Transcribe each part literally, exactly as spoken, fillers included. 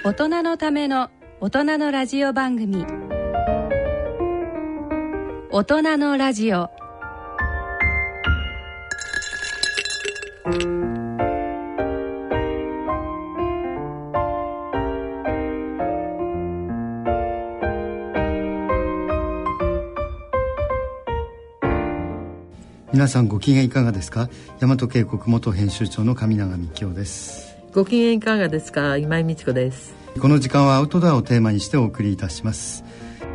大人のための大人のラジオ番組、大人のラジオ。 皆さんご機嫌いかがですか。大和渓谷元編集長の上永幹夫です。 ご機嫌いかがですか。今井美智子です。 この時間はアウトドアをテーマにしてお送りいたします。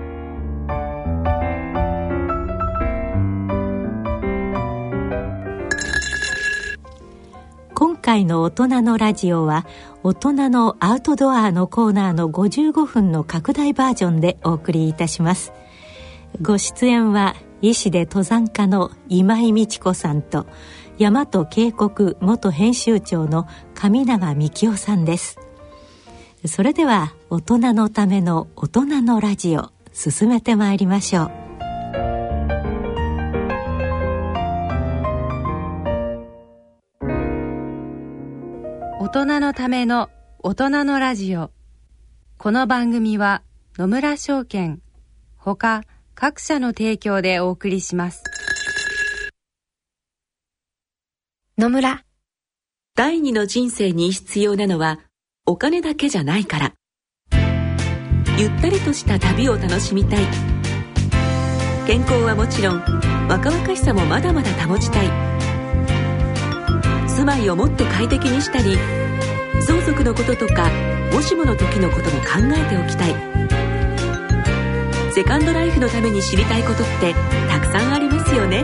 今回の大人のラジオは大人のアウトドアのコーナーのごじゅうごふんの拡大バージョンでお送りいたします。ご出演は医師で登山家の今井美智子さんと大和渓谷元編集長の上永幹夫さんです。それでは大人のための大人のラジオ、進めてまいりましょう。 大人のための大人のラジオ。この番組は野村証券ほか各社の提供でお送りします。 野村。第二の人生に必要なのはお金だけじゃないから。ゆったりとした旅を楽しみたい。健康はもちろん若々しさもまだまだ保ちたい。住まいをもっと快適にしたり、相続のこととかもしもの時のことも考えておきたい。セカンドライフのために知りたいことってたくさんありますよね。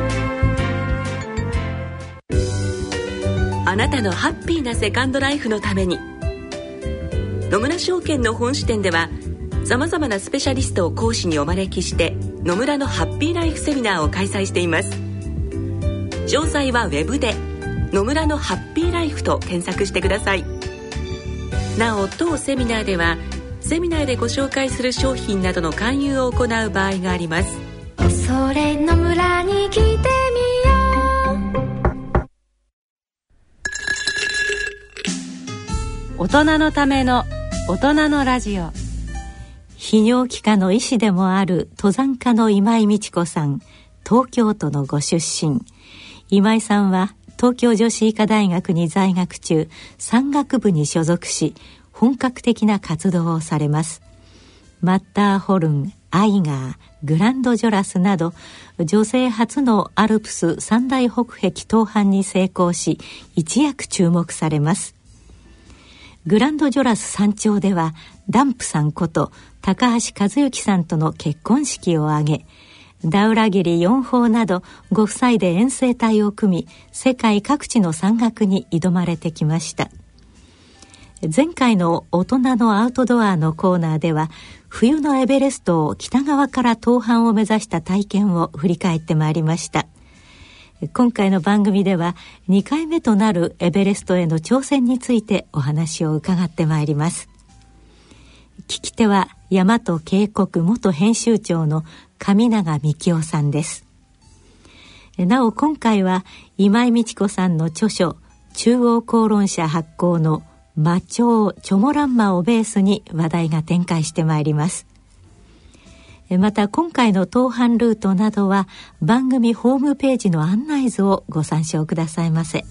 あなたのハッピーなセカンドライフのために、野村証券の本支店ではさまざまなスペシャリストを講師にお招きして野村のハッピーライフセミナーを開催しています。詳細はウェブで野村のハッピーライフと検索してください。なお当セミナーではセミナーでご紹介する商品などの勧誘を行う場合があります。 それ野村に来てみよう。 大人のための大人のラジオ。 泌尿器科の医師でもある登山家の今井美智子さん、東京都のご出身。今井さんは東京女子医科大学に在学中、山岳部に所属し本格的な活動をされます。マッターホルン、アイガー、グランドジョラスなど女性初のアルプス三大北壁登攀に成功し、一躍注目されます。グランドジョラス山頂ではダンプさんこと高橋和幸さんとの結婚式を挙げ、ダウラギリよんほうなどご夫妻で遠征隊を組み、世界各地の山岳に挑まれてきました。前回の大人のアウトドアのコーナーでは冬のエベレストを北側から登攀を目指した体験を振り返ってまいりました。今回の番組ではにかいめとなるエベレストへの挑戦についてお話を伺ってまいります。聞き手は大和渓谷元編集長の上永幹夫さんです。なお今回は今井美智子さんの著書中央公論社発行の魔鳥チョモランマをベースに話題が展開してまいります。また今回の登攀ルートなどは番組ホームページの案内図をご参照くださいませ。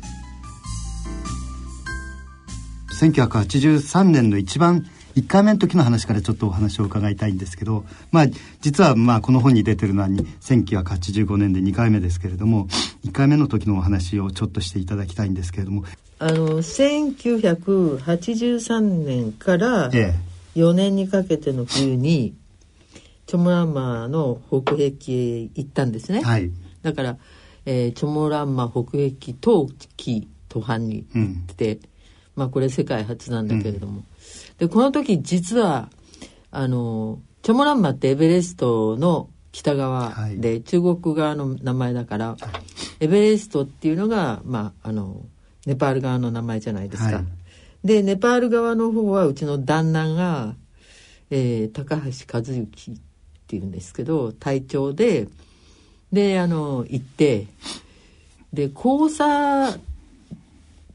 せんきゅうひゃくはちじゅうさんねんの一番いっかいめの時の話からちょっとお話を伺いたいんですけど、まあ実はまあこの本に出てるのはせんきゅうひゃくはちじゅうごねんでにかいめですけれども、いっかいめの時のお話をちょっとしていただきたいんですけれども、 あのせんきゅうひゃくはちじゅうさんねんからよねんにかけての冬にチョモランマの北壁へ行ったんですね、 はい、 だから、えー、チョモランマ北壁冬季登攀に行って、うん、まあこれ世界初なんだけれども、うん、でこの時実はあのチョモランマってエベレストの北側で、はい、中国側の名前だから、はい、エベレストっていうのが、まあ、あのネパール側の名前じゃないですか、はい、でネパール側の方はうちの旦那が、えー、高橋和幸っていうんですけど隊長でであの行ってで黄砂登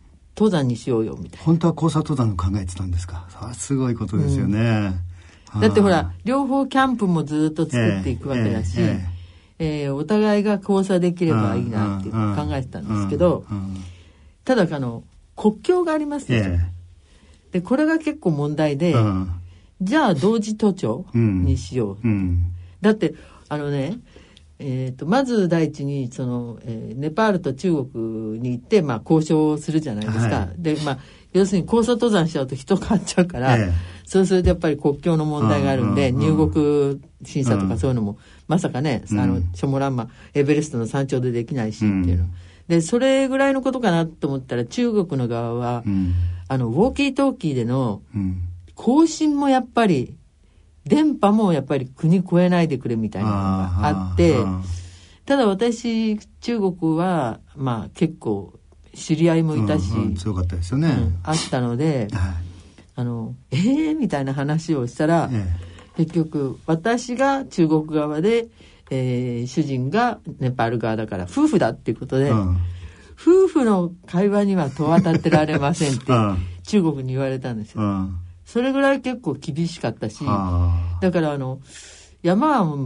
登山にしようよみたいな。 本当は交差登山を考えてたんですか。すごいことですよね、 うん、だってほら両方キャンプもずっと作っていくわけだし、えーえーえー、お互いが交差できればいいなって考えてたんですけど、ただあの国境がありますでしょ、えー、でこれが結構問題で、じゃあ同時都庁にしよう、うんうん、だってあのねえー、とまず第一にその、えー、ネパールと中国に行って、まあ、交渉するじゃないですか、はい、で、まあ、要するに交差登山しちゃうと人変わっちゃうから、ええ、そうするとやっぱり国境の問題があるんで、うんうんうん、入国審査とかそういうのも、うん、まさかね、うん、あのチョモランマエベレストの山頂でできないしっていうの、うん、でそれぐらいのことかなと思ったら中国の側は、うん、あのウォーキートーキーでの更新もやっぱり電波もやっぱり国越えないでくれみたいなのがあって、ただ私中国はまあ結構知り合いもいたし、うんうん、 強かったですよね、うん、 あったので、はい、あのえーみたいな話をしたら、ええ、結局私が中国側で、えー、主人がネパール側だから夫婦だっていうことで、うん、夫婦の会話には戸は立てられませんって中国に言われたんですよ、うん、それぐらい結構厳しかったし、だからあの山は、うん、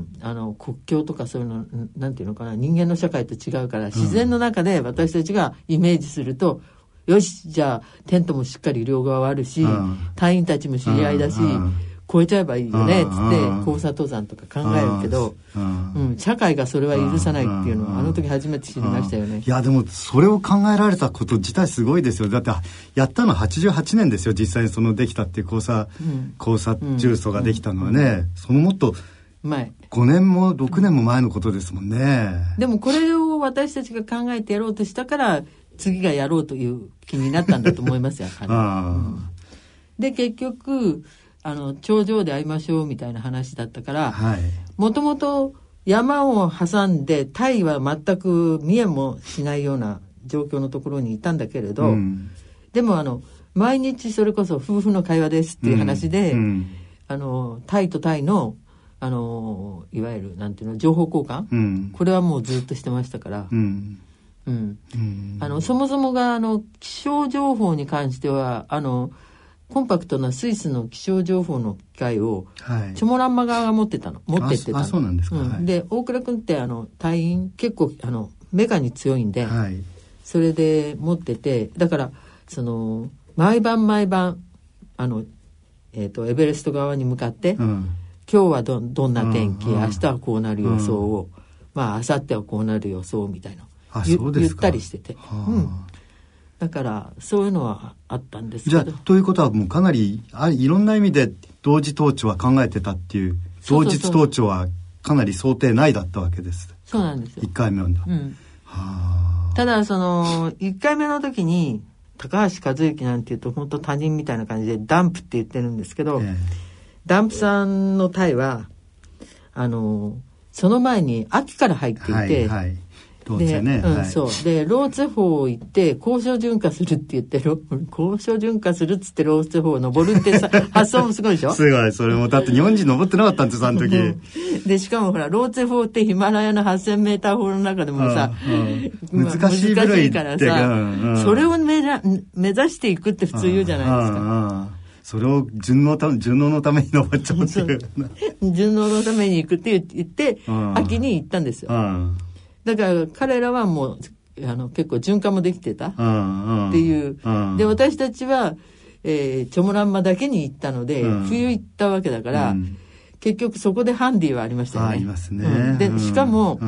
あの国境とかそういうのなんていうのかな、人間の社会と違うから自然の中で私たちがイメージすると、うん、よしじゃあテントもしっかり両側あるし、うん、隊員たちも知り合いだし、うん、越えちゃえばいいよねっつって交差登山とか考えるけど、うんうん、社会がそれは許さないっていうのをあの時初めて知りましたよね。 いやでもそれを考えられたこと自体すごいですよ。だってやったのははちじゅうはちねんですよ、実際にそのできたっていう交差、うん、交差重曹ができたのはね、うんうん、そのもっと前ごねんもろくねんも前のことですもんね。 でもこれを私たちが考えてやろうとしたから次がやろうという気になったんだと思いますよあ、うん、で結局あの頂上で会いましょうみたいな話だったから、もともと山を挟んでタイは全く見えもしないような状況のところにいたんだけれど、うん、でもあの毎日それこそ夫婦の会話ですっていう話で、うんうん、あのタイとタイのあのいわゆるなんていうの情報交換、うん、これはもうずっとしてましたから、うんうんうん、あのそもそもがあの気象情報に関してはあのコンパクトなスイスの気象情報の機械を、はい、チョモランマ側が持ってたの持ってってたの。 あ、そうなんですか、うん、 で大倉君ってあの隊員結構あのメカに強いんで、はい、それで持ってて、だからその毎晩毎晩あの、えーと、エベレスト側に向かって、うん、今日は ど, どんな天気、うん、明日はこうなる予想を、うん、まあ明後日はこうなる予想みたいなあそうですか言ったりしてて、はあ、うん、だからそういうのはあったんですけど。 じゃあということはもうかなりあいろんな意味で同時統治は考えてたっていう、同日統治はかなり想定内だったわけです。 そうなんですよ。 いっかいめは、うんはあ、ただそのいっかいめの時に高橋和之なんていうと本当他人みたいな感じでダンプって言ってるんですけど、えー、ダンプさんの隊はあのその前に秋から入っていて、はいはいで、ねうんはい、そうでローツェ峰行って高所順化するって言って高所順化するっつってローツェ峰登るってさ発想もすごいでしょ。 すごい。それもだって日本人登ってなかったんですあの時でしかもほらローツェ峰ってヒマラヤのはっせんメーター峰の中でもさ、 うんうん、難しい部類ってからさ、うんうん、それを目目指していくって普通言うじゃないですか、うんうんうん、 それを順応た順応のために登っちゃうっていう順応のために行くって言って、うん、秋に行ったんですよ、うんだから彼らはもうあの結構循環もできてたっていう、うんうん、で私たちは、えー、チョモランマだけに行ったので、うん、冬行ったわけだから、うん、結局そこでハンディはありましたよね。 ありますね、 うん、でしかも、うん、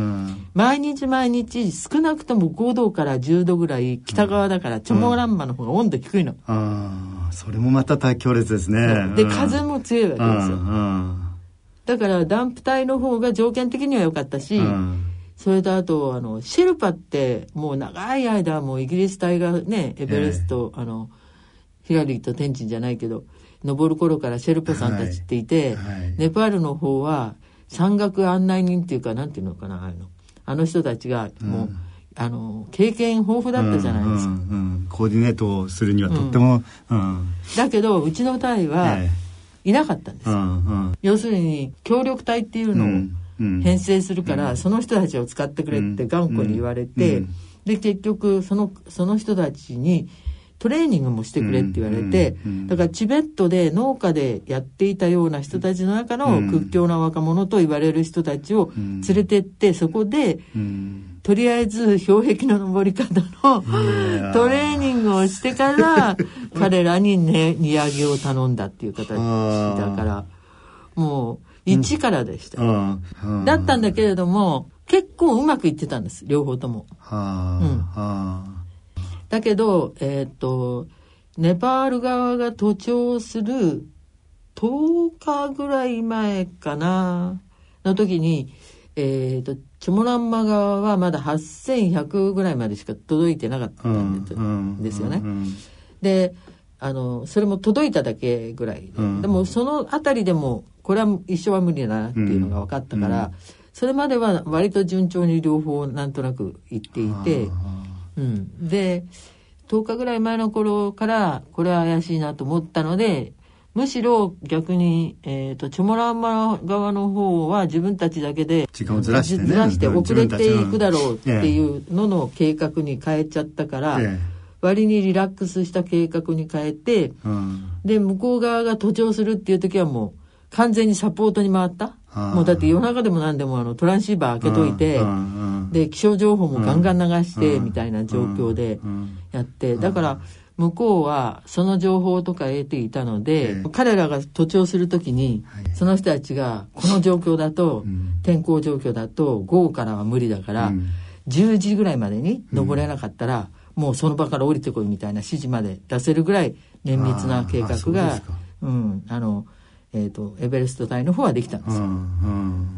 毎日毎日少なくともごどからじゅうどぐらい北側だから、うん、チョモランマの方が温度低いの、 うん、あそれもまた大強烈ですね。 で風も強いわけですよ、うんうん、だからダンプ隊の方が条件的には良かったし、うんそれとあとあのシェルパってもう長い間もうイギリス隊がねエベレスト、えー、あのヒラリーとテンチンじゃないけど登る頃からシェルパさんたちっていて、はいはい、ネパールの方は山岳案内人っていうかなんていうのかなあのあの人たちがもう、うん、あの経験豊富だったじゃないですか、うんうんうん、 コーディネートをするにはとっても、うんうん、 だけどうちの隊はいなかったんですよ、うんうん、要するに協力隊っていうのを、うん編成するから、うん、その人たちを使ってくれって頑固に言われて、うんうん、で結局そのその人たちにトレーニングもしてくれって言われて、うんうんうん、だからチベットで農家でやっていたような人たちの中の屈強な若者と言われる人たちを連れてって、そこで、うん、とりあえず氷壁の登り方のトレーニングをしてから彼らに、ね、荷上げを頼んだっていう形だからもう一からでした、うんうん、だったんだけれども結構うまくいってたんです両方とも、はあうんはあ、だけど、えー、っとネパール側が徒長するとおかぐらい前かなの時に、えー、っとチョモランマ側はまだはっせんひゃくぐらいまでしか届いてなかったんですよね、うんうんうん、であのそれも届いただけぐらいで、うん、でもそのあたりでもこれは一生は無理だなっていうのが分かったから、うん、それまでは割と順調に両方なんとなくいっていて、うん、でとおかぐらい前の頃からこれは怪しいなと思ったのでむしろ逆に、えー、とチョモランマ側の方は自分たちだけで時間をずらしてねずらして遅れていくだろうっていうのの計画に変えちゃったから、ええ、割にリラックスした計画に変えて、うん、で向こう側が徒長するっていう時はもう完全にサポートに回った。もうだって夜中でも何でもあのトランシーバー開けといて、で気象情報もガンガン流してみたいな状況でやって、だから向こうはその情報とか得ていたので、彼らが徒長するときにその人たちがこの状況だと、天候状況だと午後からは無理だから、じゅうじぐらいまでに登れなかったら、もうその場から降りてこいみたいな指示まで出せるぐらい綿密な計画が、うん、あのえーと、エベレスト隊の方はできたんですよ、うんうん、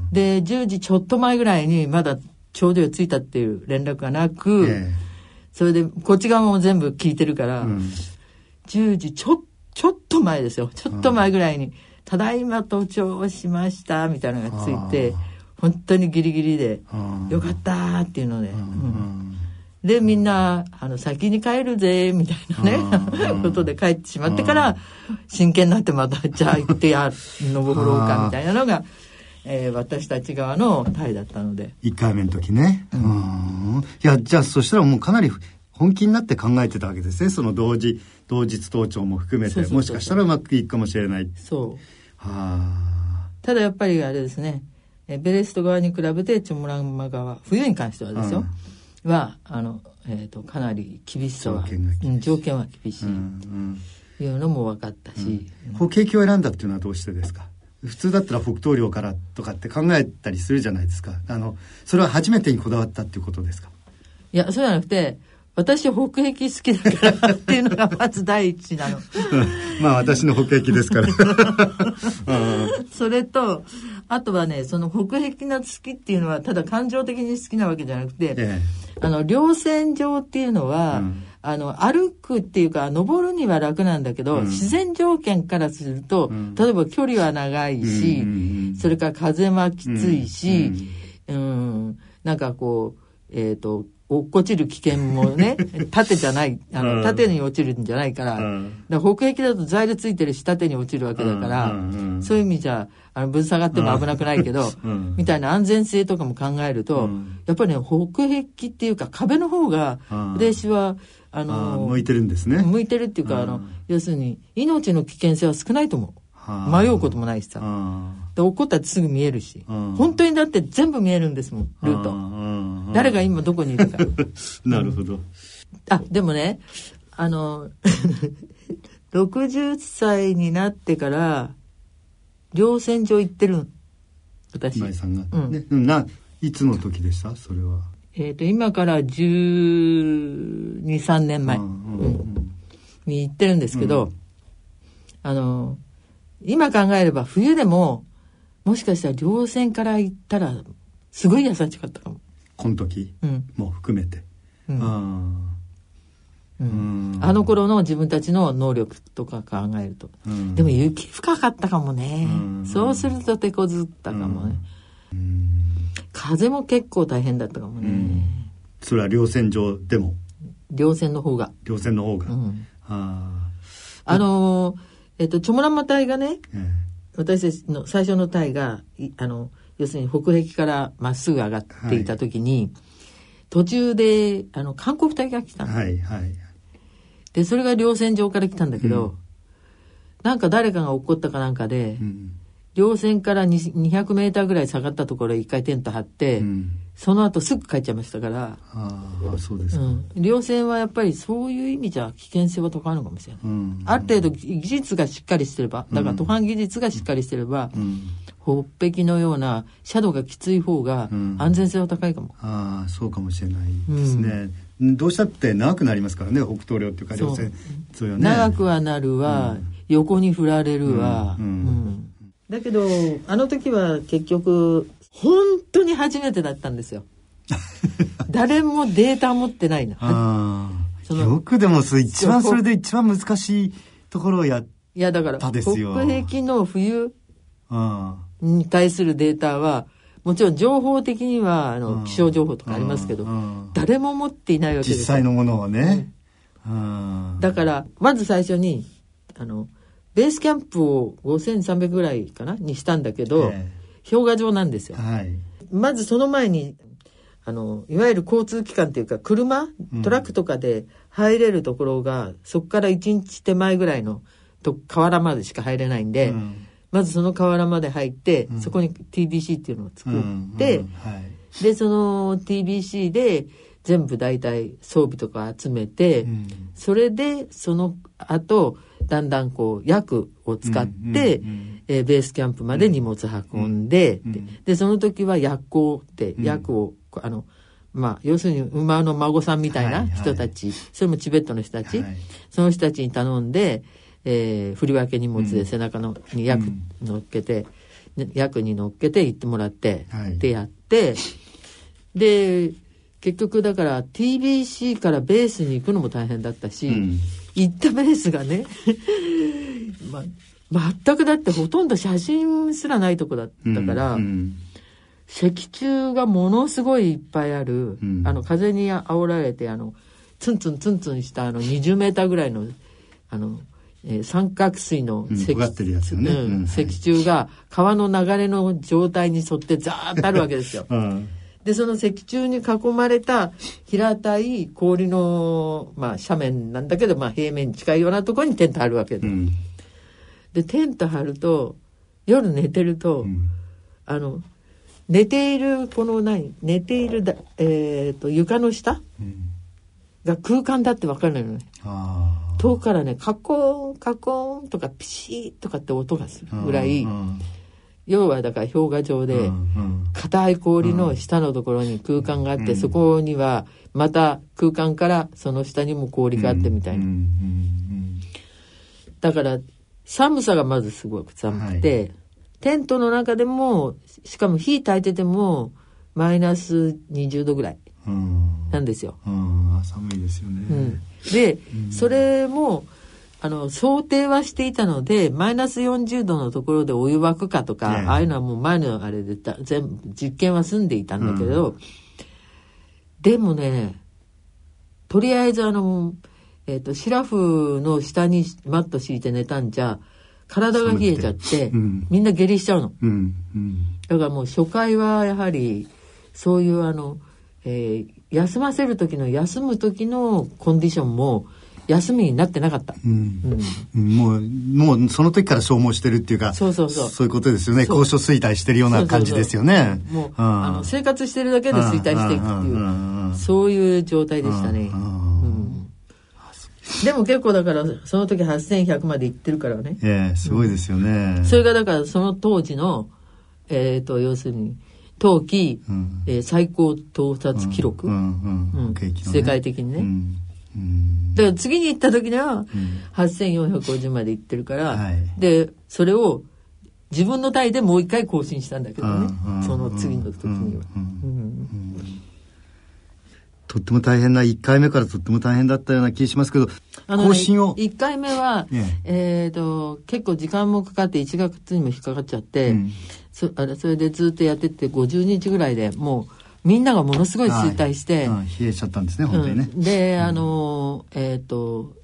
でじゅうじちょっと前ぐらいにまだ頂上着いたっていう連絡がなく、えー、それでこっち側も全部聞いてるから、うん、じゅうじちょ、ちょっと前ですよちょっと前ぐらいに、うん、ただいま登頂しましたみたいなのがついて本当にギリギリでよかったっていうので、うんうんでみんなあの先に帰るぜみたいなねことで帰ってしまってから真剣になってまたじゃあ行ってや登ろうかみたいなのが、えー、私たち側の隊だったのでいっかいめの時ね、うん、うんいやじゃあそしたらもうかなり本気になって考えてたわけですねその同時同日登頂も含めてそうそうそうそうもしかしたらうまくいくかもしれないそうはあただやっぱりあれですねエベレスト側に比べてチョモランマ側冬に関してはですよ、うんはあの、えー、とかなり厳しさは条件が厳しい、うん、条件は厳しい、うんうん、いうのも分かったし、 うん、北壁を選んだっていうのはどうしてですか普通だったら北東領からとかって考えたりするじゃないですかあのそれは初めてにこだわったっていうことですかいやそうじゃなくて私北壁好きだからっていうのがまず第一なのまあ私の北壁ですからそれとあとはねその北壁の好きっていうのはただ感情的に好きなわけじゃなくて、ええ、あの稜線上っていうのは、うん、あの歩くっていうか登るには楽なんだけど、うん、自然条件からすると、うん、例えば距離は長いし、うん、それから風はきついし、うんうん、なんかこうえっと落っこちる危険もね縦じゃないあの、うん、縦に落ちるんじゃないから、うん、だから北壁だと材料ついてるし縦に落ちるわけだから、うんうんうん、そういう意味じゃあのぶん下がっても危なくないけど、うん、みたいな安全性とかも考えると、うん、やっぱりね北壁っていうか壁の方が私はあの向いてるんですね向いてるっていうか、うん、あの要するに命の危険性は少ないと思う迷うこともないしさで落っこったってすぐ見えるし本当にだって全部見えるんですもんルート誰が今どこにいるかなるほど、うん、 あでもねあのろくじゅっさいになってから稜線上行ってる私今井さんが、うんね、ないつの時でしたそれはえーと今からじゅうに、さんねんまえ、うんうんうん、に行ってるんですけど、うん、あの今考えれば冬でももしかしたら稜線から行ったらすごい優しかったかもこの時、うん、も含めて、うんあうん、あの頃の自分たちの能力とか考えると、うん、でも雪深かったかもね、うん、そうすると手こずったかもね、うん、風も結構大変だったかもね、うん、 それは稜線上でも稜線の方が稜線の方が、うん、あ, あのーえっと、チョモランマ隊がね、うん、私たちの最初の隊があの要するに北壁からまっすぐ上がっていた時に、はい、途中であの韓国隊が来たの、はいはい、 でそれが稜線上から来たんだけど、うん、なんか誰かが落っこったかなんかで、うん、稜線からにひゃくメーターぐらい下がったところへ一回テント張って、うん、その後すぐ帰っちゃいましたから。 ああ、そうですか。 うん、稜線はやっぱりそういう意味じゃ危険性は高いのかもしれない、うん、ある程度技術がしっかりしてれば、だから登攀技術がしっかりしてれば、うんうん、ほっぺきのような斜度がきつい方が安全性は高いかも、 うん、ああ、そうかもしれないですね、うん、どうしたって長くなりますからね、北東稜っていうか稜線、そうよね、 長くはなるわ、うん、横に振られるわ、うんうんうん、だけどあの時は結局本当に初めてだったんですよ誰もデータ持ってないの。 あそのよくでもそれ一番それで一番難しいところをやったですよ。 いやだから北壁の冬に対するデータはもちろん情報的にはあの気象情報とかありますけど、誰も持っていないわけですよ、 実際のものをね、 うん、だからまず最初にあのベースキャンプをごせんさんびゃくぐらいかなにしたんだけど、えー、氷河上なんですよ、はい、まずその前にあのいわゆる交通機関っていうか車トラックとかで入れるところが、うん、そこからいちにち手前ぐらいのと河原までしか入れないんで、うん、まずその河原まで入って、うん、そこに ティービーシー っていうのを作って、うんうんはい、でその ティービーシー で全部大体装備とか集めて、うん、それでその後だんだんこう薬を使って、うんうんうんえー、ベースキャンプまで荷物運んで、うんうん、で, でその時は薬工って薬を、うん、あのまあ要するに馬の孫さんみたいな人たち、はいはい、それもチベットの人たち、はい、その人たちに頼んで、えー、振り分け荷物で背中のに薬乗っけて、うん、薬に乗っけて行ってもらって、はい、でやってで結局だから ティービーシー からベースに行くのも大変だったし、うん、行ったベースがね、ま、全くだってほとんど写真すらないとこだったから、うんうん石柱がものすごいいっぱいある、うん、あの風に煽られてあのツンツンツンツンしたあのにじゅうメーターぐらいのあの、えー、三角錐の石柱が川の流れの状態に沿ってザーッとあるわけですよ、うん、でその石柱に囲まれた平たい氷の、まあ、斜面なんだけど、まあ、平面に近いようなところにテント張るわけで、うん、でテント張ると夜寝てると、うん、あの寝ているこの何寝ているだ、えー、と床の下、うん、が空間だって分からないのね。あ遠くからねカコーンカコーンとかピシッとかって音がするぐらい、うん、要はだから氷河上で硬い氷の下のところに空間があって、うん、そこにはまた空間からその下にも氷があってみたいな、うんうんうん、だから寒さがまずすごく寒くて、はいテントの中でもしかも火焚いててもマイナスにじゅうどぐらいなんですよ。 うん寒いですよね、 うん、で、うん、それもあの想定はしていたのでマイナスよんじゅうどのところでお湯沸くかとか、ね、ああいうのはもう前のあれで全部実験は済んでいたんだけど、うん、でもねとりあえずあの、えーと、シラフの下にマット敷いて寝たんじゃ体が冷えちゃって、うん、みんな下痢しちゃうの、うんうん、だからもう初回はやはりそういうあの、えー、休ませる時の休む時のコンディションも休みになってなかった、うんうん、もうもうその時から消耗してるっていうかそうそうそうそういうことですよね高所衰退してるような感じですよねもうあの生活してるだけで衰退していくっていうそういう状態でしたねでも結構だからその時はっせんひゃくまで行ってるからね、 えー、すごいですよね、 うん、それがだからその当時の、えー、と要するに冬季、うんえー、最高到達記録、うんうんうんね、世界的にね、うんうん、だから次に行った時には、うん、はっせんよんひゃくごじゅうまで行ってるから、はい、でそれを自分の代でもう一回更新したんだけどね、うん、その次の時には、うんうんうんとっても大変ないっかいめからとっても大変だったような気がしますけどあの、ね、更新をいっかいめは、ねえー、と結構時間もかかっていちがつにも引っかかっちゃって、うん、そ, あれそれでずっとやってってごじゅうにちぐらいでもうみんながものすごい衰退して、 はいうん、冷えちゃったんですね本当にね、 うん、であの、えー、と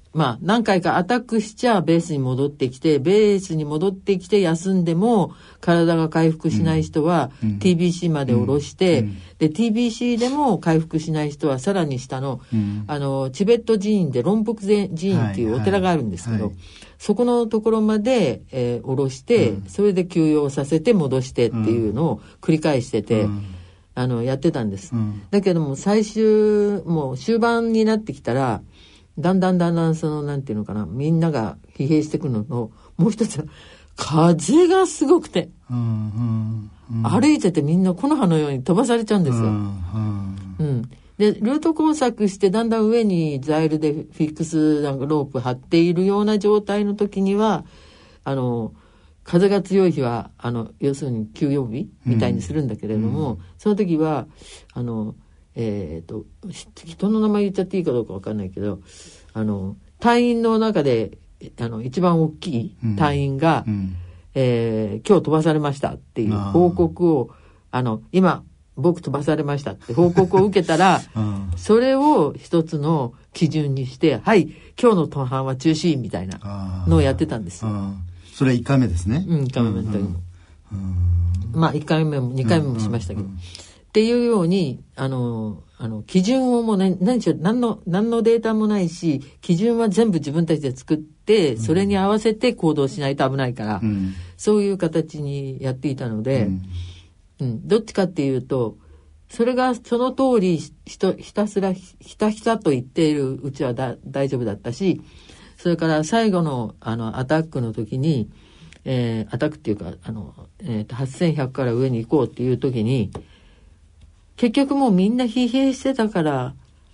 まあ何回かアタックしちゃベースに戻ってきて、ベースに戻ってきて休んでも体が回復しない人は ティービーシー まで下ろして、うんうん、で ティービーシー でも回復しない人はさらに下の、うん、あのチベット寺院で論北寺院っていうお寺があるんですけど、はいはいはい、そこのところまで、えー、下ろして、うん、それで休養させて戻してっていうのを繰り返してて、うん、あのやってたんです、うん、だけども最終もう終盤になってきたらだんだんだんだんそのなんていうのかな、みんなが疲弊してくるののもう一つは風がすごくて、うんうんうん、歩いててみんな木の葉のように飛ばされちゃうんですよ、うんうんうん、でルート工作してだんだん上にザイルでフィックスなんかロープ張っているような状態の時にはあの風が強い日はあの要するに休養日みたいにするんだけれども、うん、その時はあのえー、と人の名前言っちゃっていいかどうか分かんないけど、あの隊員の中であの一番大きい隊員が、うんうんえー、今日飛ばされましたっていう報告を あ, あの今僕飛ばされましたって報告を受けたらそれを一つの基準にしてはい今日の登板は中止みたいなのをやってたんです。 それはいっかいめですね。 うん、いっかいめの時も、うんうん、まあいっかいめもにかいめもしましたけど、うんうんうんっていうようにあのあの基準をもう何何しろ何の何のデータもないし基準は全部自分たちで作ってそれに合わせて行動しないと危ないから、うん、そういう形にやっていたので、うんうん、どっちかっていうとそれがその通りひとひたすらひたひたと言っているうちはだ大丈夫だったし、それから最後のあのアタックの時に、えー、アタックっていうかあの、えー、とはっせんひゃくから上に行こうっていう時に結局もうみんな疲弊してたから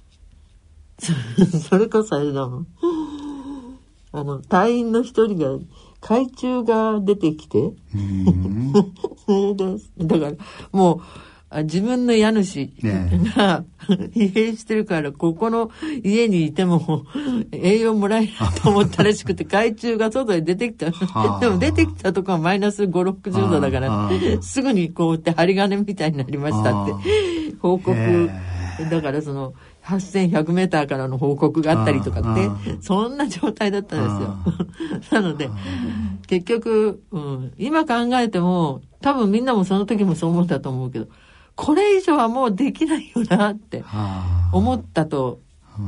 それこそあれだもんあの隊員の一人が海中が出てきてうんだからもう自分の家主が、ね、疲弊してるからここの家にいても栄養もらえないと思ったらしくて海中が外に出てきたでも出てきたとこはマイナスごじゅうろくじゅうどだからすぐにこうやって針金みたいになりましたって報告だからそのはっせんひゃくメーターからの報告があったりとかってそんな状態だったんですよなので結局、うん、今考えても多分みんなもその時もそう思ったと思うけどこれ以上はもうできないよなって思ったと、うん、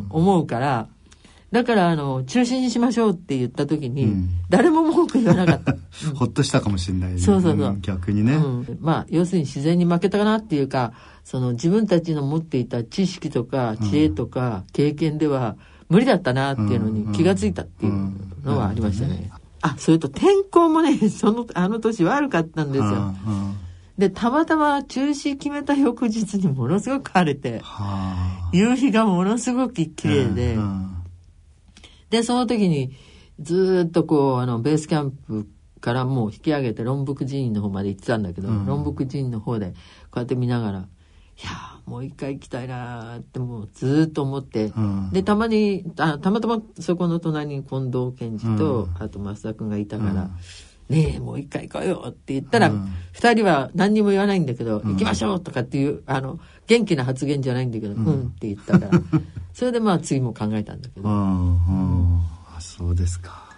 思うからだからあの中止にしましょうって言った時に、うん、誰も文句言わなかった、うん、 ほっとしたかもしれない、ね、 そうそうそう、うん、 逆にね、うん、 まあ要するに自然に負けたかなっていうかその自分たちの持っていた知識とか知恵とか経験では無理だったなっていうのに気がついたっていうのはありましたね、うんうんうん、あそれと天候もねそのあの年悪かったんですよ、うんうんでたまたま中止決めた翌日にものすごく晴れて、はあ、夕日がものすごく綺麗で、うんうん、でその時にずっとこうあのベースキャンプからもう引き上げて論北寺院の方まで行ってたんだけど、うん、論北寺院の方でこうやって見ながらいやもう一回行きたいなってもうずっと思って、うん、でたまにあたまたまそこの隣に近藤健二と、うん、あと増田君がいたから、うんねえもう一回行こうよって言ったら、うん、二人は何にも言わないんだけど、うん、行きましょうとかっていうあの元気な発言じゃないんだけど、うん、うんって言ったからそれでまあ次も考えたんだけど、うんうん、 あそうですか。